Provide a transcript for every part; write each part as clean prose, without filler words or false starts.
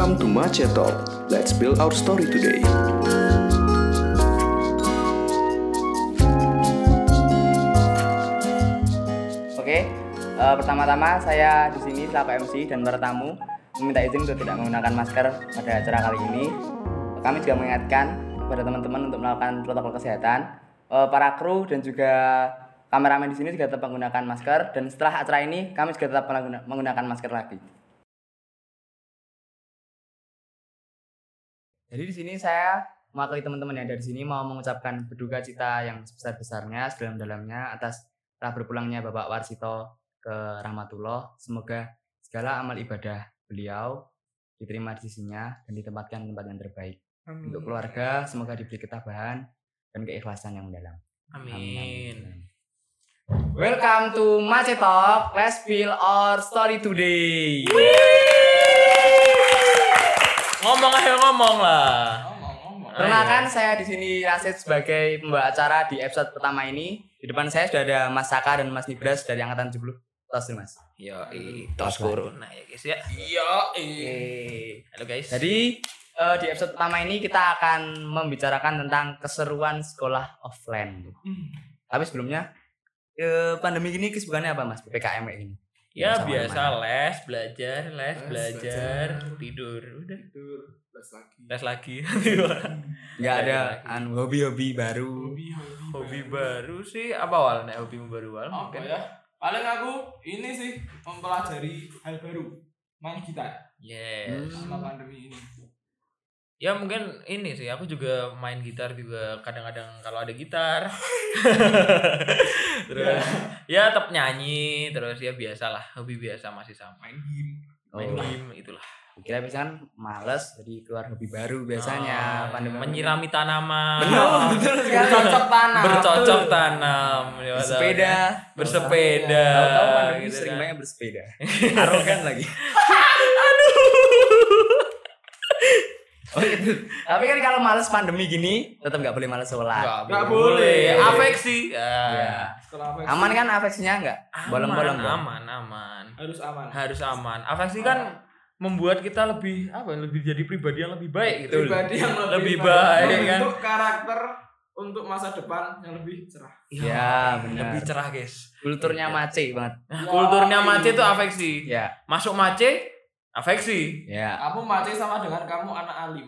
Welcome to Mace Talk. Let's build our story today. Oke, pertama-tama saya di sini selaku MC dan para tamu meminta izin untuk tidak menggunakan masker pada acara kali ini. Kami juga mengingatkan kepada teman-teman untuk melakukan protokol kesehatan. Para kru dan juga kameramen di sini juga tetap menggunakan masker, dan setelah acara ini kami juga tetap menggunakan masker lagi. Jadi di sini saya mewakili teman-teman yang ada di sini mau mengucapkan berduka cita yang sebesar-besarnya, sedalam-dalamnya atas telah berpulangnya Bapak Warsito ke Rahmatullah. Semoga segala amal ibadah beliau diterima di sisinya dan ditempatkan tempat yang terbaik. Amin. Untuk keluarga semoga diberi ketabahan dan keikhlasan yang mendalam. Amin. Welcome to Mace Talk. Let's build our story today. Ngomong lah. Perkenalkan, saya di sini Rasid sebagai pembawa acara di episode pertama ini. Di depan saya sudah ada Mas Saka dan Mas Nibras dari angkatan 70. Tos Mas. Tos corona ya guys ya. Halo guys. Jadi di episode pertama ini kita akan membicarakan tentang keseruan sekolah offline. Tapi sebelumnya pandemi ini kesibukannya apa Mas? PPKM kayak gini. Ya biasa les belajar, tidur, udah. Les lagi. Enggak ada hobi-hobi baru. Hobi baru sih apa awalnya hobimu baru awal? Apa ya? Paling aku ini sih mempelajari hal baru, main gitar. Yes. Selama pandemi ini. Ya mungkin ini sih, aku juga main gitar juga kadang-kadang kalau ada gitar. Terus ya tetap nyanyi, terus ya biasalah, hobi biasa masih sama. Main game itulah. Kira bisa kan males jadi keluar hobi baru biasanya pandemi. Menyirami tanaman. Betul sekali. Bercocok tanam. Bersepeda. Tahu pandemi gitu sering kan. banget bersepeda. Arogan lagi. Oh gitu. Tapi kan kalau males pandemi gini tetap nggak boleh males sholat. Nggak boleh. Afeksi. Ya. Aman kan afeksinya nggak? Bolong-bolong. Aman. Harus aman. Afeksi kan membuat kita lebih jadi pribadi yang lebih baik gitu. Pribadi yang lebih baik kan. Untuk karakter, untuk masa depan yang lebih cerah. Ya benar. Lebih cerah guys. Kulturnya Mace banget. Kulturnya Mace itu afeksi. Ya. Masuk Mace afeksi. Ya. Kamu Mace sama dengan kamu anak alim.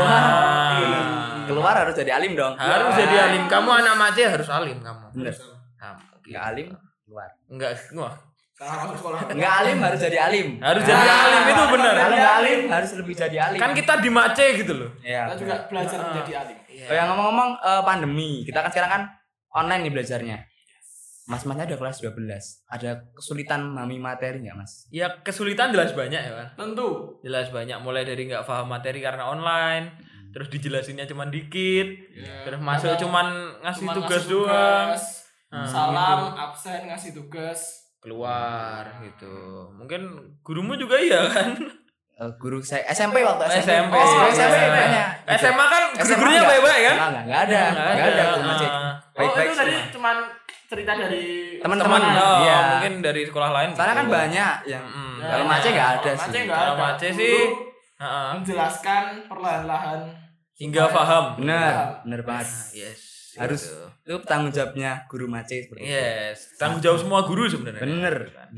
Keluar harus jadi alim dong. Harus jadi alim. Kamu anak Mace harus alim kamu. Bener. Gitu. Enggak alim keluar. Sekarang masuk sekolah. Enggak alim harus jadi alim. Harus jadi alim itu benar. Kalau enggak alim harus lebih jadi alim. Kan kita di Mace gitu loh. Ya. Kita juga belajar menjadi alim. Oh ya, ngomong-ngomong pandemi, kita kan sekarang kan online nih belajarnya. Mas-masnya udah kelas 12. Ada kesulitan memahami materi enggak, Mas? Ya kesulitan jelas banyak ya kan. Tentu. Jelas banyak, mulai dari nggak paham materi karena online, terus dijelasinnya cuman dikit, terus masuk cuman ngasih tugas doang, salam, gitu. absen, ngasih tugas, keluar gitu. Mungkin gurumu juga iya kan? Guru saya SMP waktu SMP banyak. SMA kan gurunya baik-baik kan? Enggak ada guru Mace. Baik-baik itu tadi semua. cuman cerita dari Teman-teman. Iya. Mungkin dari sekolah lain. Soalnya kan banyak yang kalau Mace enggak ada sih. Mace enggak Kalau ada. Mace sih Menjelaskan perlahan-lahan hingga paham. Benar banget. Yes. Harus gitu. itu tanggung jawabnya guru Mace seperti itu. Yes. Tanggung jawab semua guru sebenarnya. Bener.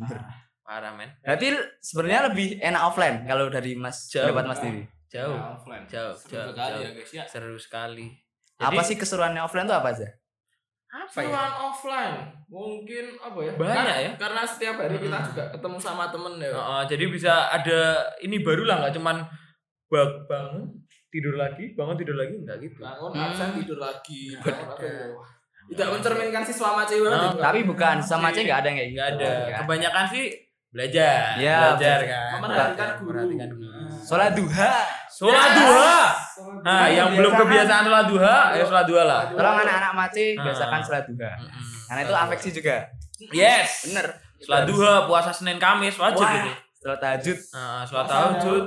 Parah men. Berarti sebenarnya lebih enak offline kalau dari Mas pendapat Mas sendiri. Jauh. offline. Jauh. Sekali ya guys ya. Seru sekali. Apa sih keseruannya offline itu apa aja? Apa ya? Seruan offline mungkin apa ya? Banyak ya? Karena setiap hari kita juga ketemu sama temen ya. Jadi bisa ada ini baru lah, nggak cuman bangun tidur lagi enggak gitu. Bangun absen tidur lagi. Tidak mencerminkan siswa Mace banget. Tapi bukan sama Mace enggak ada yang kayak gitu. Nggak ada. Kebanyakan sih belajar. Ya, belajar kan. Memperhatikan guru. Sholat duha. Sholat duha. Nah, yang belum kebiasaan sholat duha, ya sholat duha lah. Tolong anak-anak Mace biasakan sholat duha. Karena itu afeksi juga. Yes. Bener. Sholat duha, puasa Senin Kamis wajib itu. Sholat tahajud. Sholat tahajud.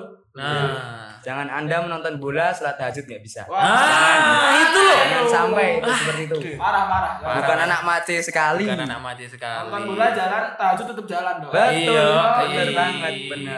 Jangan Anda menonton bola sholat tahajud nggak bisa. Itu loh. Jangan sampai itu seperti itu. Parah. Bukan anak Mace sekali. Bukan anak Mace sekali. Nonton bola jalan, tahajud tetap jalan dong. Betul. Iya. Bener banget, bener.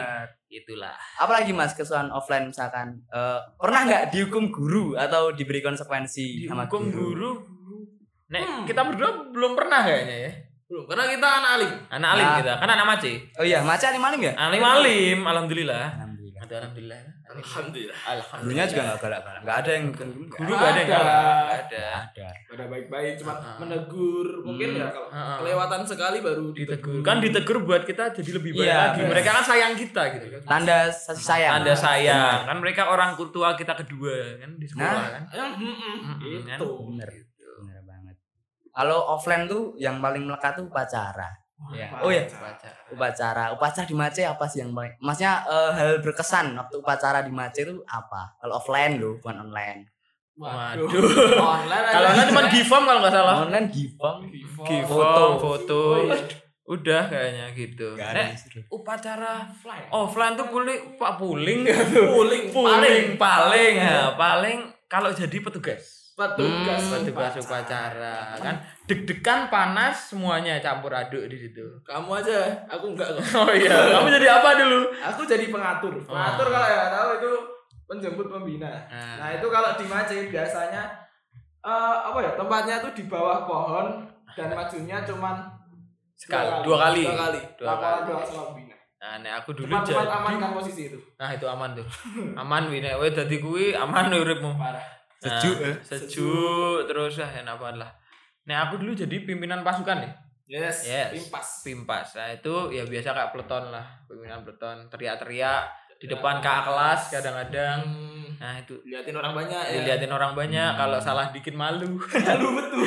Itulah. Apalagi Mas kesukaan offline misalkan pernah nggak dihukum guru atau diberi konsekuensi sama Dihukum guru. Nek kita berdua belum pernah kayaknya ya. Belum, karena kita anak alim. Anak alim kita, kan anak mace. Oh iya, Maca alim-alim ya? Alim, alhamdulillah. Alhamdulillah. Ada alhamdulillah. Alhamdulillah. Gurunya juga nggak galak-galak. Nggak ada yang Guru gak ada yang galak. Ada. Pada baik-baik cuma menegur. Mungkin ya kalau Heeh. kelewatan sekali baru Ditegur. Kan ditegur buat kita jadi lebih baik Iya, lagi. bener. Mereka kan sayang kita gitu kan. Tanda kasih sayang. Tanda sayang. Kan mereka orang tua kita kedua kan di sekolah Nah. kan. Itu. Bener. Bener banget. Kalau offline tuh yang paling melekat tuh upacara. Ya. Oh ya, Baca. upacara di Mace apa sih yang paling? Maksudnya hal berkesan waktu upacara di Mace itu apa? Kalau offline loh, bukan online. Waduh. Online aja. Kalau online cuma giveom kalau nggak salah. Online giveom. Foto. Udah kayaknya gitu. Nggak ada Nek, yang seru. upacara Offline. offline tuh puling Paling paling kalau jadi petugas petugas upacara kan deg-degan panas semuanya campur aduk di situ. Kamu aja, aku enggak kok. Oh iya, kamu jadi apa dulu? Aku jadi pengatur. Pengatur kalau ya tahu itu penjemput pembina. Nah, itu kalau di Mace biasanya apa ya? Tempatnya tuh di bawah pohon dan majunya cuman Dua kali. Laporan doang sama pembina. Nah, nek aku dulu Cepat-cepat jadi amankan posisi itu. Nah, itu aman tuh. Aman wi nek kowe dadi kuwi aman lho uripmu. Parah. Sejuk, Nah, sejuk terus enak banget lah. Nek aku dulu jadi pimpinan pasukan nih. Yes. Pimpas. Nah, itu ya biasa kayak peleton lah, pimpinan peleton, teriak-teriak di depan kakak kelas kadang-kadang. Nah, itu Liatin orang banyak ya. diliatin orang banyak, kalau salah dikit malu. Lalu betul.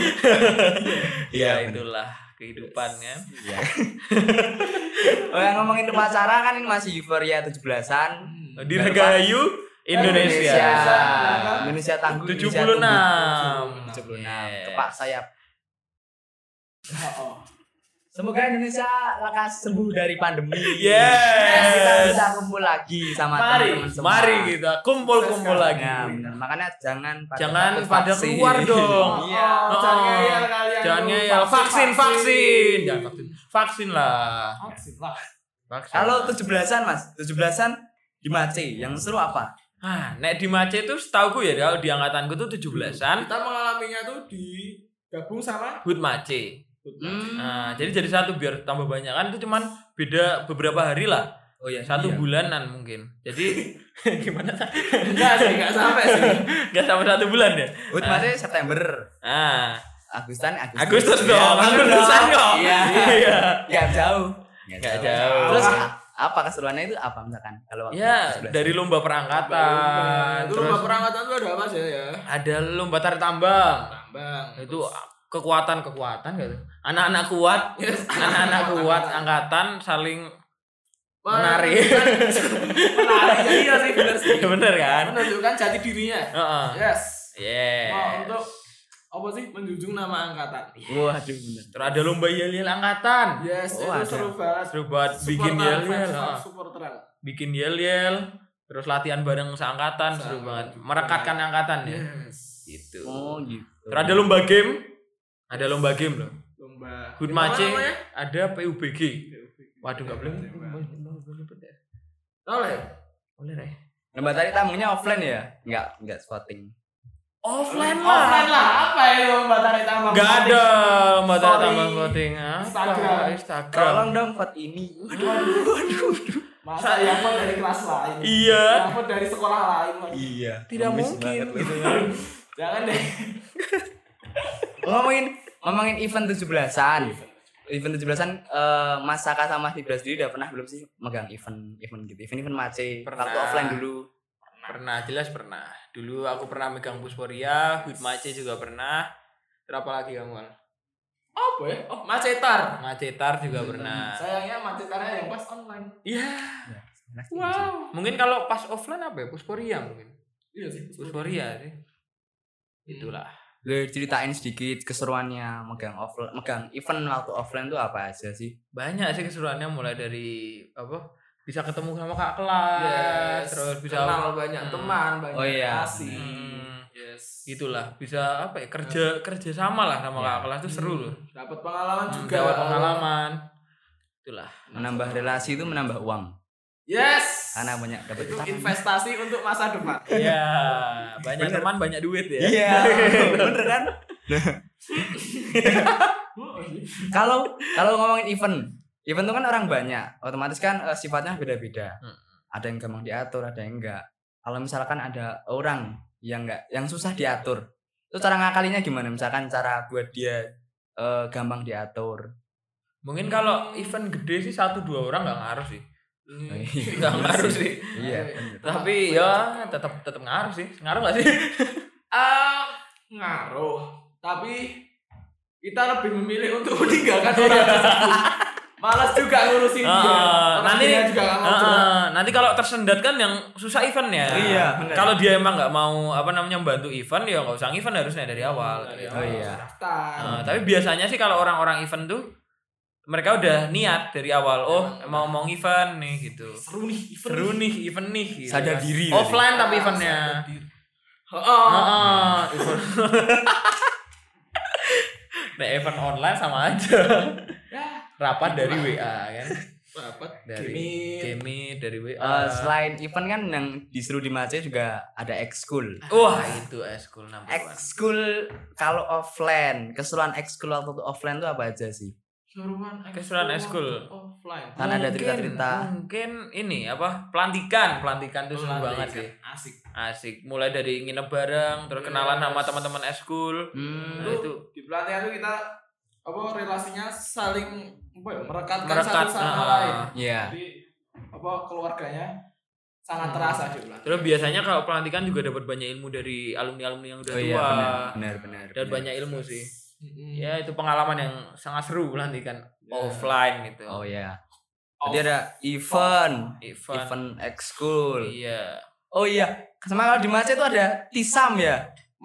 Ya itulah kehidupan kan. Iya. Oh yang ngomongin upacara kan ini masih euforia 17-an. Dirgahayu Indonesia. Indonesia tangguh. 76. 76. Kepak sayap. Semoga Indonesia lekas sembuh dari pandemi. Yes. Kita bisa kumpul lagi sama teman-teman semua. Mari kita kumpul-kumpul lagi. Ya, benar. Makanya jangan Jangan takut pada vaksin. keluar dong. Iya. Jangan ngeyel kalian. Jangan tuh. ngeyel. Vaksin. Jangan vaksin. Vaksin lah. Vaksin lah. Vaksin. Kalau 17-an Mas, 17-an di Mace yang seru apa? nek di Mace itu setauku ya kalau di angkatanku tuh 17-an Kita mengalaminya tuh digabung sama Hut Mace. Nah, jadi satu biar tambah banyak kan itu cuman beda beberapa hari lah. Oh ya, Satu bulanan mungkin. Jadi gimana? enggak sampai sih. Enggak sampai 1 bulan ya. Hut Mace September. Ah, Agustus dong. Agustusan kok. Iya. Iya. Enggak jauh. Nggak jauh. Terus apa keseruannya itu apa misalkan kalau waktu Ya, 17? dari lomba perangkatan. Itu Terus lomba perangkatan tuh ada apa sih ya? ada lomba tarik tambang. Tambang. Itu kekuatan gitu. Anak-anak kuat, anak-anak kuat angkatan saling menari. Menari ya sih benar sih. Bener kan? Menunjukkan jati dirinya. Heeh. Yes. Yes. Untuk apa sih menjunjung nama angkatan. Waduh bener. Terus ada lomba yel-yel angkatan. Yes, Oh, itu ada. seru banget. Seru banget bikin yel-yel. Supporteran. Bikin yel-yel, terus latihan bareng seangkatan, seru banget. Merekatkan angkatan ya. Yes. Gitu. Oh gitu. Terus ada lomba game. Ada lomba game loh. Lomba. Hut Apa Mace, namanya? ada PUBG. Waduh enggak boleh. Boleh. Boleh, Rey. Lomba tarik tamunya offline ya? Enggak spotting. Offline Offline lah. Apa ya lomba tarik tambang? Enggak ada lomba tarik Story. tambang voting. Instagram. Tolong dong vote ini. Masa yang vote dari kelas lain? Iya. Yang vote dari sekolah lain? Waduh. Iya. Tidak mungkin gitu kan. Jangan deh. Ngomongin event 17-an. Event 17-an Mas Saka sama Mas Ibra sendiri udah pernah belum sih megang event gitu? Event Mace Pernah. waktu offline dulu. Pernah, jelas pernah. Dulu aku pernah megang Pusporia, Hut Mace juga pernah. Terus apa lagi kamu? Al? Apa ya? Oh, Macetar. Macetar juga pernah. Sayangnya Macetarnya yang pas online. Iya. Wow. Mungkin kalau pas offline apa ya? Pusporia mungkin. Iya sih. Pusporia sih. Itulah. Boleh ceritain sedikit keseruannya megang event waktu offline tuh apa aja sih? Banyak sih keseruannya mulai dari apa? Bisa ketemu sama kak kelas, Yes. terus bisa kenal banyak teman, banyak Oh iya. relasi. Yes. Itulah, bisa apa ya? Kerja sama lah sama kakak kelas itu seru loh. Dapat pengalaman juga. Dapat pengalaman. Itulah. Menambah relasi itu menambah uang. Yes. Karena banyak dapat Itu ucapan. investasi untuk masa depan. Iya, banyak teman banyak duit ya. Iya, bener kan? Kalau ngomongin event itu kan orang banyak, otomatis kan sifatnya beda-beda. Ada yang gampang diatur, ada yang enggak. Kalau misalkan ada orang yang enggak, yang susah diatur, itu cara ngakalinya gimana? Misalkan cara buat dia gampang diatur. Mungkin kalau event gede sih 1-2 orang nggak ngaruh sih. Nggak Iya ngaruh sih. Iya. Tapi ya tetap ngaruh sih. Ngaruh nggak sih? Ngaruh. Tapi kita lebih memilih untuk meninggalkan orang tersebut. Malas juga ngurusin dia. Nanti juga gak mau nanti kalau tersendat kan yang susah eventnya. Iya, bener. Kalau dia emang nggak mau membantu event ya nggak usah event harusnya dari awal. Oh iya. Tapi biasanya sih kalau orang-orang event tuh mereka udah niat dari awal. Oh mau event nih gitu. Seru nih event nih. Gitu. Sadar diri. Offline tapi eventnya. Event. Nah event online sama aja. Rapat dari WA kan. Rapat dari Game dari WA. Selain event kan yang disuruh di Mace juga ada ekskul. Wah itu ekskul namanya. Ekskul kalau offline, keseruan ekskul waktu offline itu apa aja sih? Keseruan ekskul offline. Kan ada cerita-cerita. Mungkin ini pelantikan tuh seru banget sih. Asik. Mulai dari nginep bareng, terus kenalan sama teman-teman ekskul. Nah, itu di pelatihan itu kita relasinya saling merekatkan satu sama lain. Iya. Jadi keluarganya sangat terasa di pelatihan. Terus biasanya kalau pelantikan juga dapat banyak ilmu dari alumni-alumni yang udah tua. Iya, benar. Dan banyak ilmu sih. Ya itu pengalaman yang sangat seru pelantikan offline gitu. Oh iya. Jadi ada event ekskul. Iya. Oh iya. Sama kalau di Mace itu ada tisam ya.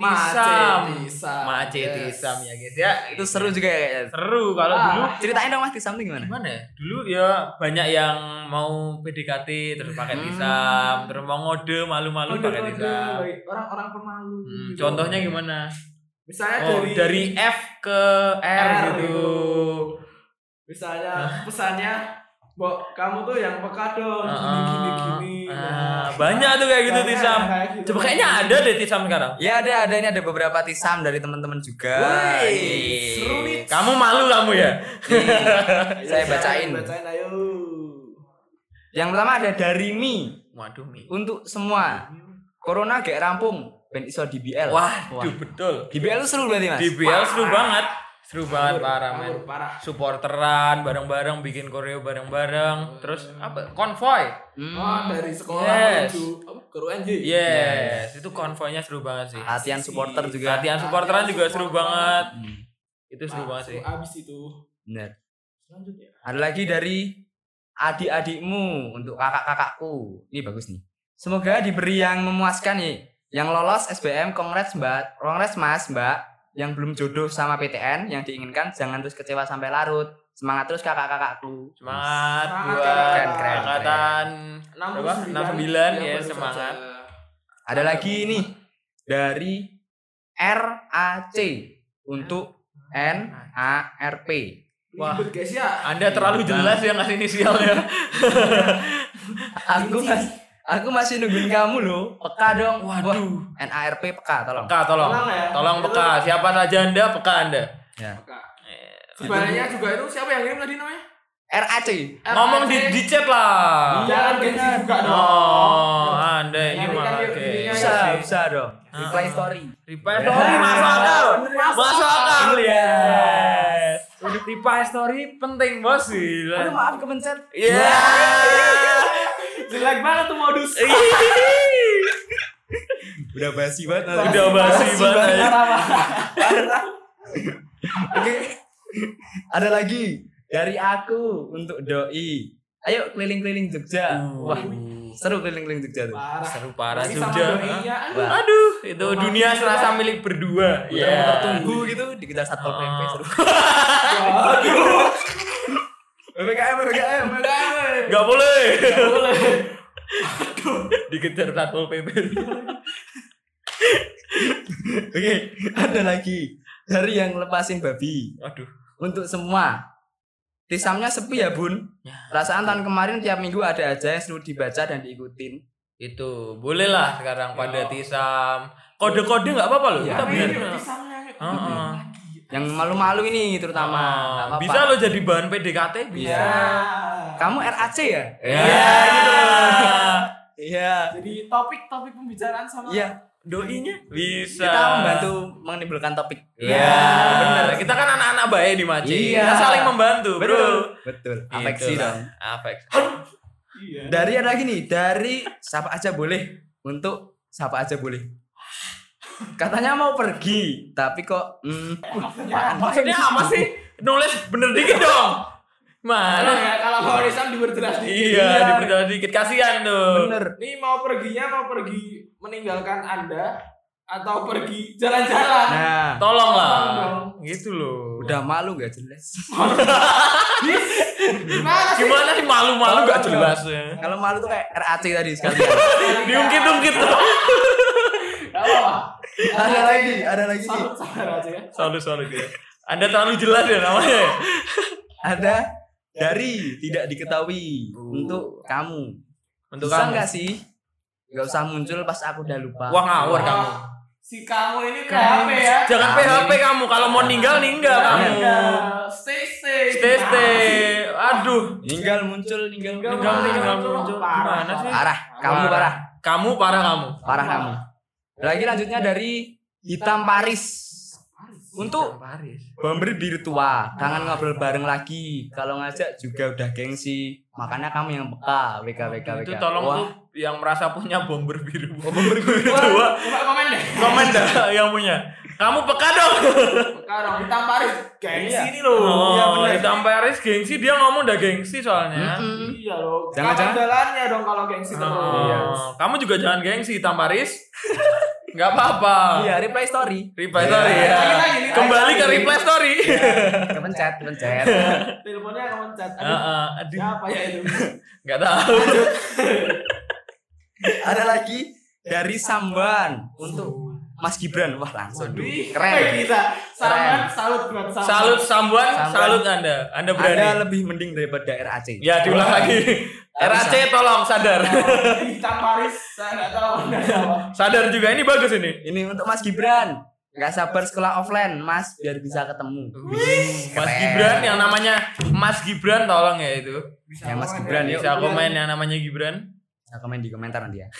Tisam ya guys ya. Itu seru juga ya kayaknya. Seru kalau dulu. Ceritain dong Mas tisam itu gimana? Gimana ya? Dulu ya banyak yang mau PDKT terus pakai tisam, terus mau ngode malu-malu pakai tisam. Orang-orang pemalu. Contohnya gimana? Misalnya dari F ke R gitu. Misalnya pesannya, "Mbok, kamu tuh yang peka dong, gini. Banyak tuh kayak gitu tisam. Coba kayaknya ada deh tisam sekarang. Ya ada ini ada beberapa tisam dari teman-teman juga. Seru nih. Kamu malu kamu ya? Saya bacain. Ayo. Yang pertama ada dari Mi. Waduh Mi. Untuk semua. Corona gak rampung, ben iso DBL. Waduh betul. DBL itu seru berarti Mas. DBL seru banget. Seru banget parah men. Parah. Supporteran bareng-bareng bikin koreo bareng-bareng. Terus konvoy. Dari sekolah menuju ke UNJ. Yes, itu konvoynya seru banget sih. Latihan supporter juga. Latihan supporteran juga seru banget. Itu seru banget sih. Abis itu. Benar. Selanjutnya. Ada lagi dari adik-adikmu untuk kakak-kakakku. Ini bagus nih. Semoga diberi yang memuaskan nih. Yang lolos SBM Kongres Mbak. Kongres Mas Mbak. Yang belum jodoh sama PTN yang diinginkan jangan terus kecewa sampai larut. Semangat terus kakak-kakakku. Semangat buat keren. angkatan 69 ya semangat. Ada lagi nih dari RAC untuk NARP. Wah, guys ya. Anda terlalu jelas ya ngasih inisialnya. Aku masih nungguin kamu loh. Peka dong. Waduh. NARP peka tolong. Peka tolong. Tolong peka. Siapa saja Anda peka Anda. Ya. Sebenarnya juga itu siapa yang kirim tadi namanya? RAC. Ngomong di chat lah. Jangan gengsi juga dong. Oh, Anda ini malah Bisa dong. Reply story. Reply story masuk akal. Masuk akal ya. Reply story penting bos. Aduh maaf kepencet. Iya. Jelek banget tuh modus. Udah basi banget. Oke. Ada lagi dari aku untuk doi. Ayo keliling-keliling Jogja. Wah, seru keliling-keliling Jogja tuh. Seru parah Lagi Jogja. sama doinya, Aduh, itu dunia serasa milik berdua. Udah tertunggu gitu dikejar Satpol PP seru. Waduh. PPKM. Gak boleh. Dikejar Satpol PP. Oke, ada lagi dari yang lepasin babi. Waduh. Untuk semua. Tisamnya sepi ya Bun. Ya. Perasaan tahun kemarin tiap minggu ada aja yang seru dibaca dan diikutin. Itu boleh lah sekarang pada tisam. Kode-kode nggak apa-apa loh. Iya. Kita bener. Heeh. Yang malu-malu ini terutama. Nggak apa-apa. Bisa lo jadi bahan PDKT bisa. Iya. Kamu RAC ya? Ya, gitu. Iya. Jadi topik-topik pembicaraan sama Iya. Doinya bisa. Kita membantu menimbulkan topik. Iya, bener. Kita kan anak-anak baik di Maci. Iya. Kita saling membantu, bro. Betul. Afeksi Itulah. dong. Afeksi. Iya. Dari ada lagi nih, dari siapa aja boleh untuk siapa aja boleh. Katanya mau pergi, tapi kok Maksudnya apa sih? Nulis bener dikit dong. Mana Mana? ya kalau mau Rizal diperjelas dikit. Iya, diperjelas dikit, kasihan tuh. bener. Ini mau pergi meninggalkan Anda atau pergi jalan-jalan? Nah, Tolonglah. Tolong Gitu loh. udah malu gak jelas. Gimana sih? Gimana sih malu-malu gak jelas ya. Kalau malu tuh kayak RAC tadi sekali. Diungkit-ungkit tuh. Gak apa-apa. ada lagi nih. Sabar aja ya. Selalu dia. Anda terlalu jelas ya namanya. Ada dari tidak diketahui untuk kamu. Untuk Bisa kamu. nggak sih? Nggak usah muncul pas aku udah lupa. Wah ngawur Wah, kamu. Si kamu ini PHP ya. Jangan PHP kamu. Kalau mau ninggal kamu. Stay. Aduh. Ninggal muncul. Ninggal muncul. Gimana sih? Parah. Kamu parah. Kamu parah kamu. Parah kamu. Lagi lanjutnya dari Hitam Paris. Untuk Paris. Bomber biru tua, kangen ngobrol bareng lagi. Kalau ngajak juga udah gengsi. Makanya kamu yang peka. WK. Itu tolong Wah, tuh yang merasa punya bomber biru. bomber biru tua. Tua. Coba komen deh. Komen dah yang punya. Kamu peka dong. Sekarang Hitam Paris gengsi Iya. ini loh. Oh, Iya benar. Hitam Paris gengsi, dia ngomong udah gengsi soalnya. Mm-mm. Iya loh. Jangan-jangan- Kapan jalannya dong kalau gengsi terus. Oh, kamu juga jangan gengsi Hitam Paris. Enggak apa-apa. Iya, reply story. Reply story ya. Lagi. Kembali ke reply story. Kepencet. Teleponnya ngemencet. Aduh, Siapa ya itu? enggak tahu. Ada lagi dari Samban untuk Mas Gibran. Wah, langsung. Wih, Keren. kita sangat salut buat Samban. Salut Sambuan, Sambuan. salut Anda. Anda berani. Anda lebih mending daripada RAC. Ya, diulang lagi. RAC tolong sadar. Hitam Paris saya nggak tahu Anda siapa. Sadar juga ini bagus ini. Ini untuk Mas Gibran. Gak sabar sekolah offline, Mas, biar bisa ketemu. Mas Keren. Gibran yang namanya Mas Gibran tolong ya itu. Ya, Mas Gibran, yuk. Bisa komen yang namanya Gibran. Saya komen di komentar nanti ya.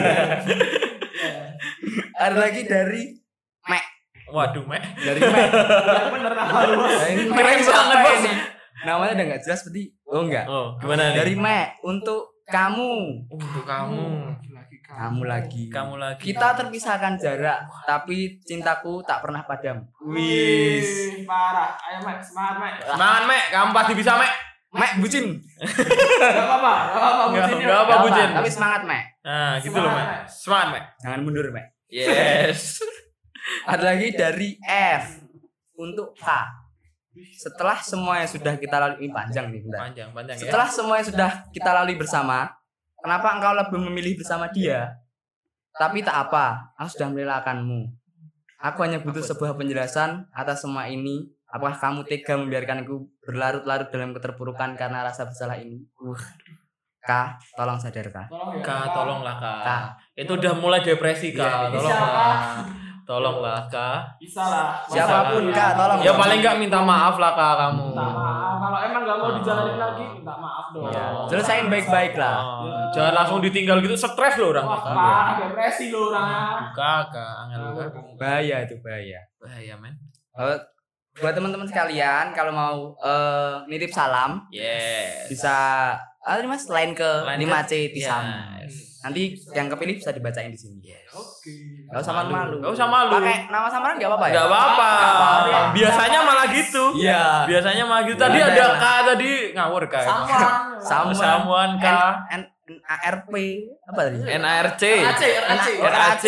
Ada lagi dari Mek. Waduh, Mek. Dari Mek. Yang bener nama lu. Nah, ini Mek Keren siapa banget, Bos. ini? Namanya udah gak jelas seperti. Oh enggak. Oh, gimana nih? Dari Mek untuk kamu. Untuk kamu. Kamu lagi. Kamu lagi. Kita terpisahkan jarak, tapi cintaku tak pernah padam. Wih, parah. Ayo Mek, semangat Mek. Semangat, Mek. Kamu pasti bisa, Mek. Mek bucin. Gak apa-apa, bucin Nggak apa, bucin. Tapi semangat, Mek. Nah, gitu loh, Mek. Semangat, Mek. Jangan mundur, Mek. Yes. Ada lagi dari F untuk K. Setelah semua yang sudah kita lalui, ini panjang nih, bentar. Panjang ya. Setelah semua yang sudah kita lalui bersama, kenapa engkau lebih memilih bersama dia? Tapi tak apa, aku sudah merelakanmu. Aku hanya butuh sebuah penjelasan atas semua ini. Apakah kamu tega membiarkanku berlarut-larut dalam keterpurukan karena rasa bersalah ini? Kak, tolong sadar, Kak. Kak, tolonglah, Kak. Kak. Itu udah mulai depresi, Kak. Iya, Tolonglah. Tolonglah, Kak. Bisa lah. Siapapun, Kak, tolong. Ya paling enggak minta maaf lah, Kak, kamu. Minta maaf. Kalau emang gak mau dijalanin lagi, minta maaf dong. Iya. Selesain baik-baik lah. Oh, jangan langsung ditinggal gitu, stres loh orang. Wah, parah, depresi lo orangnya. Kak, angel Kak. Bahaya itu, bahaya. Bahaya, men. Buat teman-teman sekalian, kalau mau nitip salam, Yes. bisa ini Mas lain ke Lain 5C Tisam. Yes. Nanti yang kepilih bisa dibacain di sini. Oke. Gak usah malu-malu. Gak usah malu. Pakai nama samaran enggak apa-apa ya? Enggak apa-apa. Nggak apa-apa. Biasanya malah gitu. Iya. Biasanya malah gitu. Tadi Ada ada lah. K tadi ngawur K. Samuan K. ARP apa tadi? NARC. RAC. RAC.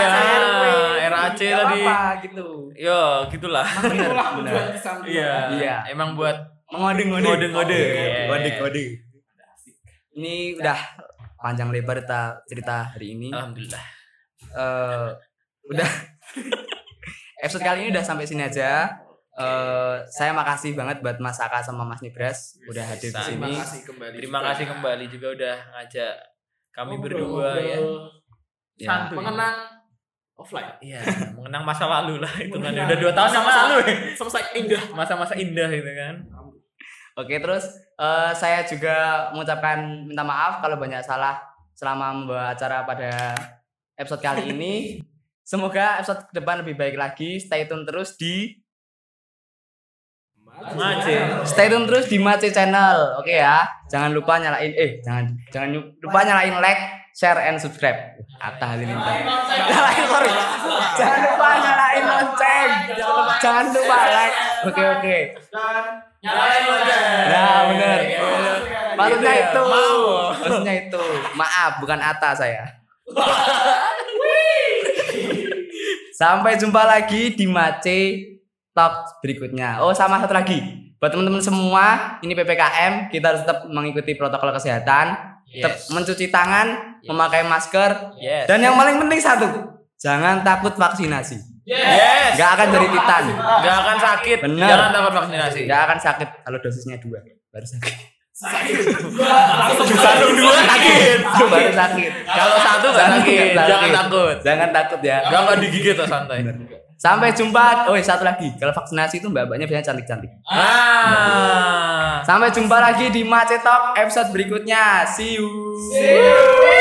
RAC tadi. Apa gitu. Yo, gitulah. Itulah Benar. tujuan Tisam. Iya. Emang buat Ngode-ngode. Ngode-ngode. Ngode-ngode. Ini udah panjang lebar cerita hari ini. alhamdulillah. Udah episode kali ini udah sampai sini aja. Saya makasih banget buat Mas Aka sama Mas Nibras udah hadir di Terima sini. Terima kasih kembali juga udah ngajak kami berdua ya. Santuy. Mengenang offline. Iya, mengenang masa lalu lah itu kan. Udah 2 tahun yang lalu. Selesai indah. Masa-masa indah itu kan. Oke, terus saya juga mengucapkan minta maaf kalau banyak salah selama membawa acara pada episode kali ini. Semoga episode ke depan lebih baik lagi. Stay tune terus di Mace Channel. Oke ya. Jangan lupa nyalain jangan lupa nyalain like, share and subscribe. Atta Halilintar. Jangan lupa nyalain lonceng. Jangan lupa like. Oke. Nyalain lonceng. Nah, benar. Maksudnya itu. Maaf, bukan Atta saya. Sampai jumpa lagi di Mace Talk berikutnya. Oh, sama satu lagi. Buat teman-teman semua, ini PPKM, kita harus tetap mengikuti protokol kesehatan, tetap mencuci tangan, memakai masker, dan yang paling penting satu, jangan takut vaksinasi. Yes. Gak akan jadi titan. Gak akan sakit. Bener. Jangan takut vaksinasi. Gak akan sakit kalau dosisnya 2 baru sakit. Satu 2 sakit. Baru sakit. Kalau 1 gak sakit. Jangan takut. Jangan takut ya. Gak digigit atau santai. Sampai jumpa. Oh, satu lagi. Kalau vaksinasi itu mbak-mbaknya biasanya cantik-cantik. Ah. Sampai jumpa lagi di Mace Talk episode berikutnya. See you.